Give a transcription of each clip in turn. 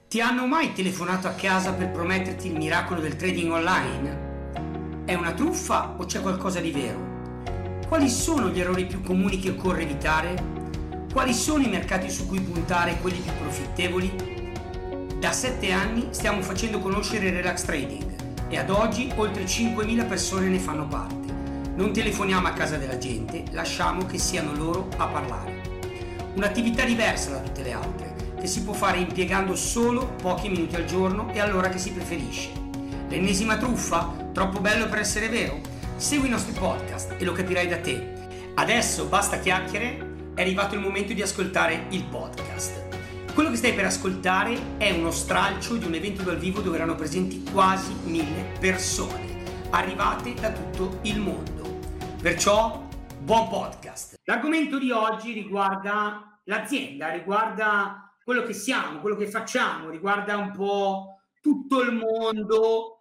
Ti hanno mai telefonato a casa per prometterti il miracolo del trading online? È una truffa o c'è qualcosa di vero? Quali sono gli errori più comuni che occorre evitare? Quali sono i mercati su cui puntare e quelli più profittevoli? Da 7 anni stiamo facendo conoscere il relax trading e ad oggi oltre 5.000 persone ne fanno parte. Non telefoniamo a casa della gente, lasciamo che siano loro a parlare. Un'attività diversa da tutte le altre, che si può fare impiegando solo pochi minuti al giorno e all'ora che si preferisce. L'ennesima truffa? Troppo bello per essere vero? Segui i nostri podcast e lo capirai da te. Adesso basta chiacchiere, è arrivato il momento di ascoltare il podcast. Quello che stai per ascoltare è uno stralcio di un evento dal vivo dove erano presenti quasi 1.000 persone, arrivate da tutto il mondo. Perciò, buon podcast! L'argomento di oggi riguarda l'azienda, riguarda quello che siamo, quello che facciamo, riguarda un po' tutto il mondo,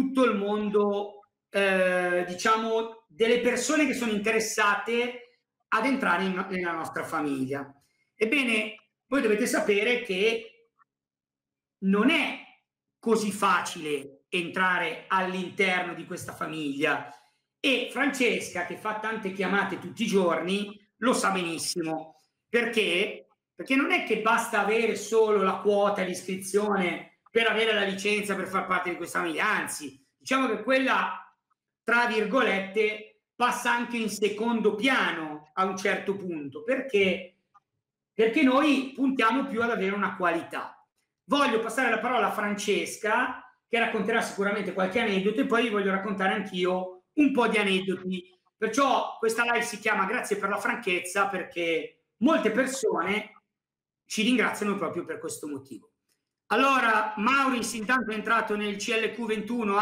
diciamo, delle persone che sono interessate ad entrare nella nostra famiglia. Ebbene, voi dovete sapere che non è così facile entrare all'interno di questa famiglia e Francesca, che fa tante chiamate tutti i giorni, lo sa benissimo. Perché? Perché non è che basta avere solo la quota di iscrizione per avere la licenza per far parte di questa famiglia, anzi, diciamo che quella, tra virgolette, passa anche in secondo piano a un certo punto, perché noi puntiamo più ad avere una qualità. Voglio passare la parola a Francesca, che racconterà sicuramente qualche aneddoto, e poi vi voglio raccontare anch'io un po' di aneddoti. Perciò questa live si chiama Grazie per la franchezza, perché molte persone ci ringraziano proprio per questo motivo. Allora, Maurice intanto è entrato nel CLQ21,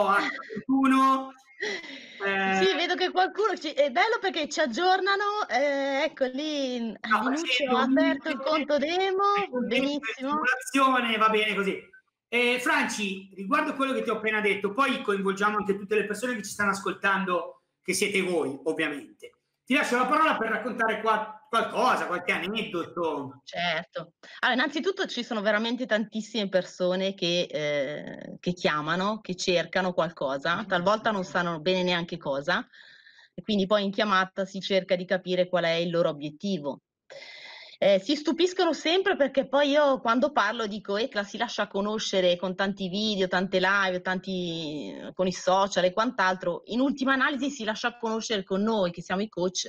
HOH21. Sì, vedo che qualcuno è bello perché ci aggiornano, ecco lì Linuccio ha aperto il conto demo, benissimo. Va bene così. Franci, riguardo quello che ti ho appena detto, poi coinvolgiamo anche tutte le persone che ci stanno ascoltando, che siete voi, ovviamente. Ti lascio la parola per raccontare qualcosa, qualche aneddoto. Certo. Allora, innanzitutto ci sono veramente tantissime persone che chiamano, che cercano qualcosa, talvolta non sanno bene neanche cosa, e quindi poi in chiamata si cerca di capire qual è il loro obiettivo. Si stupiscono sempre perché poi io quando parlo dico ECLA si lascia conoscere con tanti video, tante live, con i social e quant'altro, in ultima analisi si lascia conoscere con noi che siamo i coach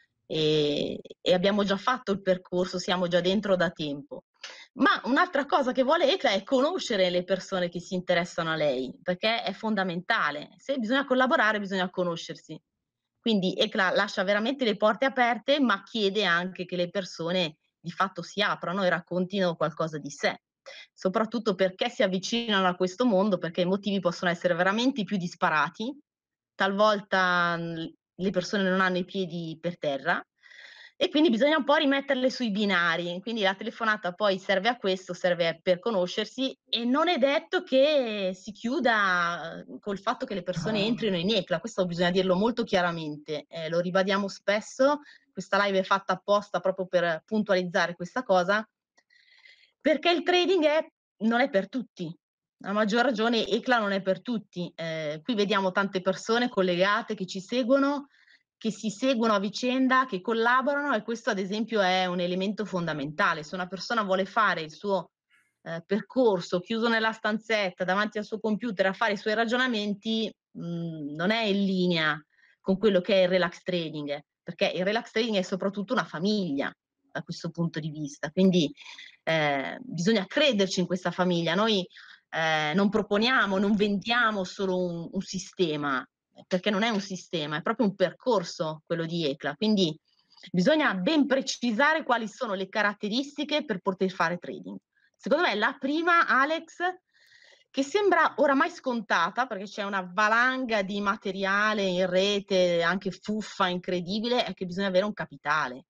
e abbiamo già fatto il percorso, siamo già dentro da tempo. Ma un'altra cosa che vuole ECLA è conoscere le persone che si interessano a lei, perché è fondamentale. Se bisogna collaborare, bisogna conoscersi. Quindi ECLA lascia veramente le porte aperte, ma chiede anche che le persone di fatto si aprano e raccontino qualcosa di sé. Soprattutto perché si avvicinano a questo mondo, perché i motivi possono essere veramente più disparati. Talvolta le persone non hanno i piedi per terra e quindi bisogna un po' rimetterle sui binari. Quindi la telefonata poi serve a questo, serve per conoscersi e non è detto che si chiuda col fatto che le persone entrino in ECLA, questo bisogna dirlo molto chiaramente, lo ribadiamo spesso, questa live è fatta apposta proprio per puntualizzare questa cosa, perché il trading non è per tutti. A maggior ragione ECLA non è per tutti. Qui vediamo tante persone collegate che ci seguono, che si seguono a vicenda, che collaborano e questo ad esempio è un elemento fondamentale. Se una persona vuole fare il suo percorso chiuso nella stanzetta davanti al suo computer a fare i suoi ragionamenti, non è in linea con quello che è il relax trading, perché il relax trading è soprattutto una famiglia da questo punto di vista. Quindi bisogna crederci in questa famiglia. Noi non proponiamo, non vendiamo solo un sistema, perché non è un sistema, è proprio un percorso quello di ECLA. Quindi bisogna ben precisare quali sono le caratteristiche per poter fare trading. Secondo me la prima, Alex, che sembra oramai scontata, perché c'è una valanga di materiale in rete, anche fuffa, incredibile, è che bisogna avere un capitale.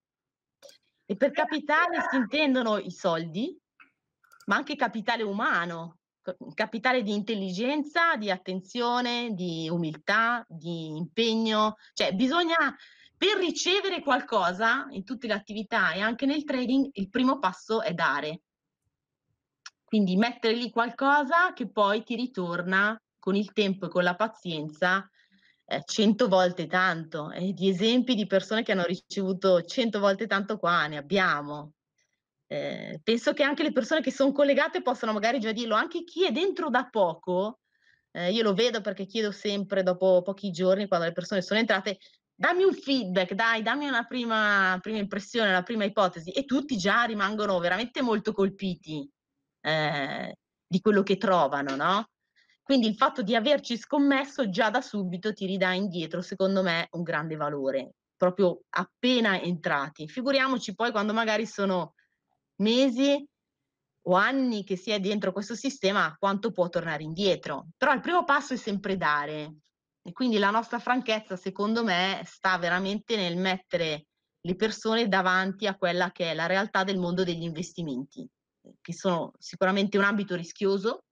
E per capitale si intendono i soldi, ma anche capitale umano, capitale di intelligenza, di attenzione, di umiltà, di impegno. Cioè bisogna, per ricevere qualcosa in tutte le attività e anche nel trading, il primo passo è dare. Quindi mettere lì qualcosa che poi ti ritorna con il tempo e con la pazienza 100 volte tanto. E di esempi di persone che hanno ricevuto 100 volte tanto qua ne abbiamo. Penso che anche le persone che son collegate possano magari già dirlo, anche chi è dentro da poco, io lo vedo perché chiedo sempre dopo pochi giorni, quando le persone sono entrate: "Dammi un feedback, dai, dammi una prima impressione, una prima ipotesi", e tutti già rimangono veramente molto colpiti, ehm, di quello che trovano, no, quindi il fatto di averci scommesso già da subito ti ridà indietro, secondo me, un grande valore, proprio appena entrati. Figuriamoci poi quando magari sono mesi o anni che si è dentro questo sistema, quanto può tornare indietro. Però il primo passo è sempre dare e quindi la nostra franchezza, secondo me, sta veramente nel mettere le persone davanti a quella che è la realtà del mondo degli investimenti, che sono sicuramente un ambito rischioso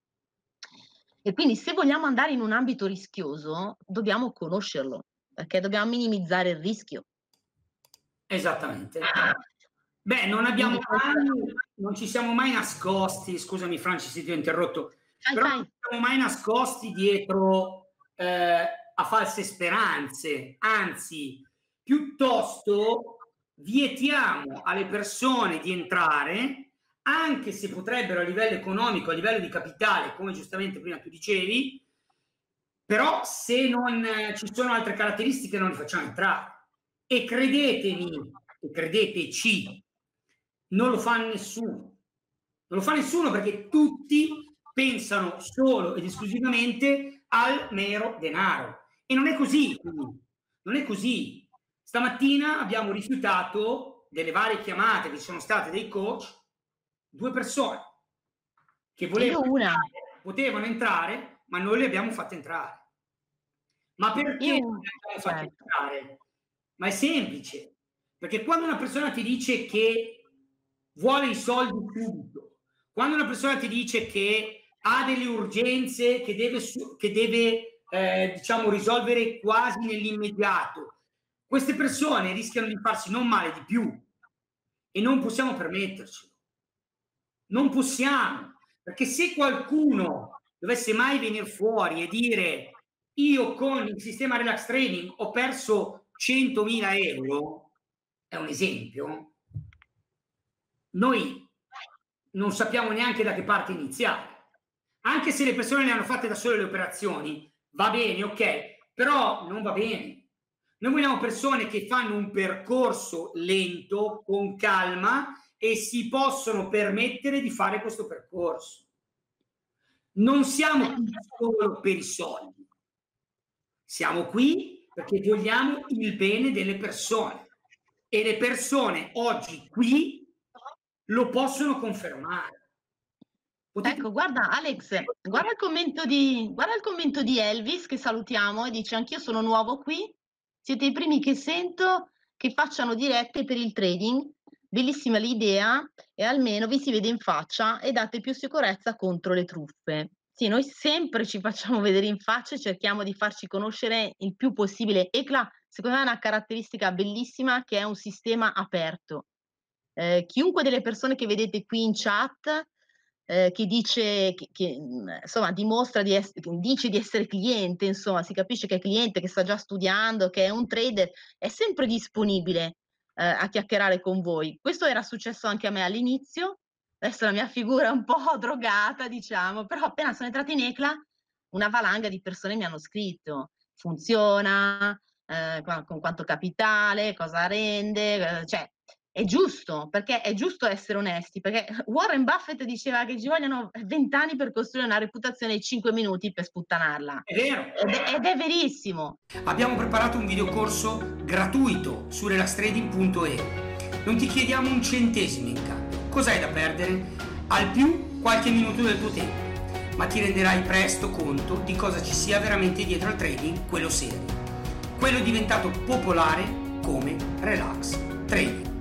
e quindi se vogliamo andare in un ambito rischioso, dobbiamo conoscerlo, perché dobbiamo minimizzare il rischio. Esattamente. Beh, Quindi non ci siamo mai nascosti, scusami Franci se ti ho interrotto, però non ci siamo mai nascosti dietro a false speranze, anzi, piuttosto vietiamo alle persone di entrare, anche se potrebbero a livello economico, a livello di capitale, come giustamente prima tu dicevi, però se non ci sono altre caratteristiche non li facciamo entrare. E credetemi, e credeteci, non lo fa nessuno. Non lo fa nessuno perché tutti pensano solo ed esclusivamente al mero denaro. E non è così. Non è così. Stamattina abbiamo rifiutato delle varie chiamate che ci sono state dei coach, 2 persone che potevano entrare, ma noi le abbiamo fatte entrare. Ma perché le abbiamo fatte entrare? Ma è semplice, perché quando una persona ti dice che vuole i soldi subito, quando una persona ti dice che ha delle urgenze che deve diciamo risolvere quasi nell'immediato, queste persone rischiano di farsi non male di più e non possiamo permettercelo. Non possiamo, perché se qualcuno dovesse mai venire fuori e dire io con il sistema relax trading ho perso 100.000 euro, è un esempio, noi non sappiamo neanche da che parte iniziare. Anche se le persone le hanno fatte da sole le operazioni, va bene, ok, però non va bene. Noi vogliamo persone che fanno un percorso lento, con calma, e si possono permettere di fare questo percorso. Non siamo qui solo per i soldi, siamo qui perché vogliamo il bene delle persone e le persone oggi qui lo possono confermare. Ecco, guarda Alex, guarda il commento di Elvis che salutiamo e dice: anch'io sono nuovo qui, siete i primi che sento che facciano dirette per il trading, bellissima l'idea e almeno vi si vede in faccia e date più sicurezza contro le truffe. Sì, noi sempre ci facciamo vedere in faccia e cerchiamo di farci conoscere il più possibile. ECLA, secondo me, è una caratteristica bellissima che è un sistema aperto. Chiunque delle persone che vedete qui in chat che dice che insomma dimostra dice di essere cliente, insomma si capisce che è cliente, che sta già studiando, che è un trader, è sempre disponibile a chiacchierare con voi. Questo era successo anche a me all'inizio, adesso la mia figura è un po' drogata, diciamo, però appena sono entrata in ECLA una valanga di persone mi hanno scritto: funziona, con quanto capitale, cosa rende, cioè è giusto, perché è giusto essere onesti, perché Warren Buffett diceva che ci vogliono 20 anni per costruire una reputazione e 5 minuti per sputtanarla. È vero. Ed è verissimo. Abbiamo preparato un videocorso gratuito su relaxtrading.e. Non ti chiediamo un centesimo in cambio. Cos'hai da perdere? Al più qualche minuto del tuo tempo, ma ti renderai presto conto di cosa ci sia veramente dietro al trading, quello serio. Quello diventato popolare come Relax Trading.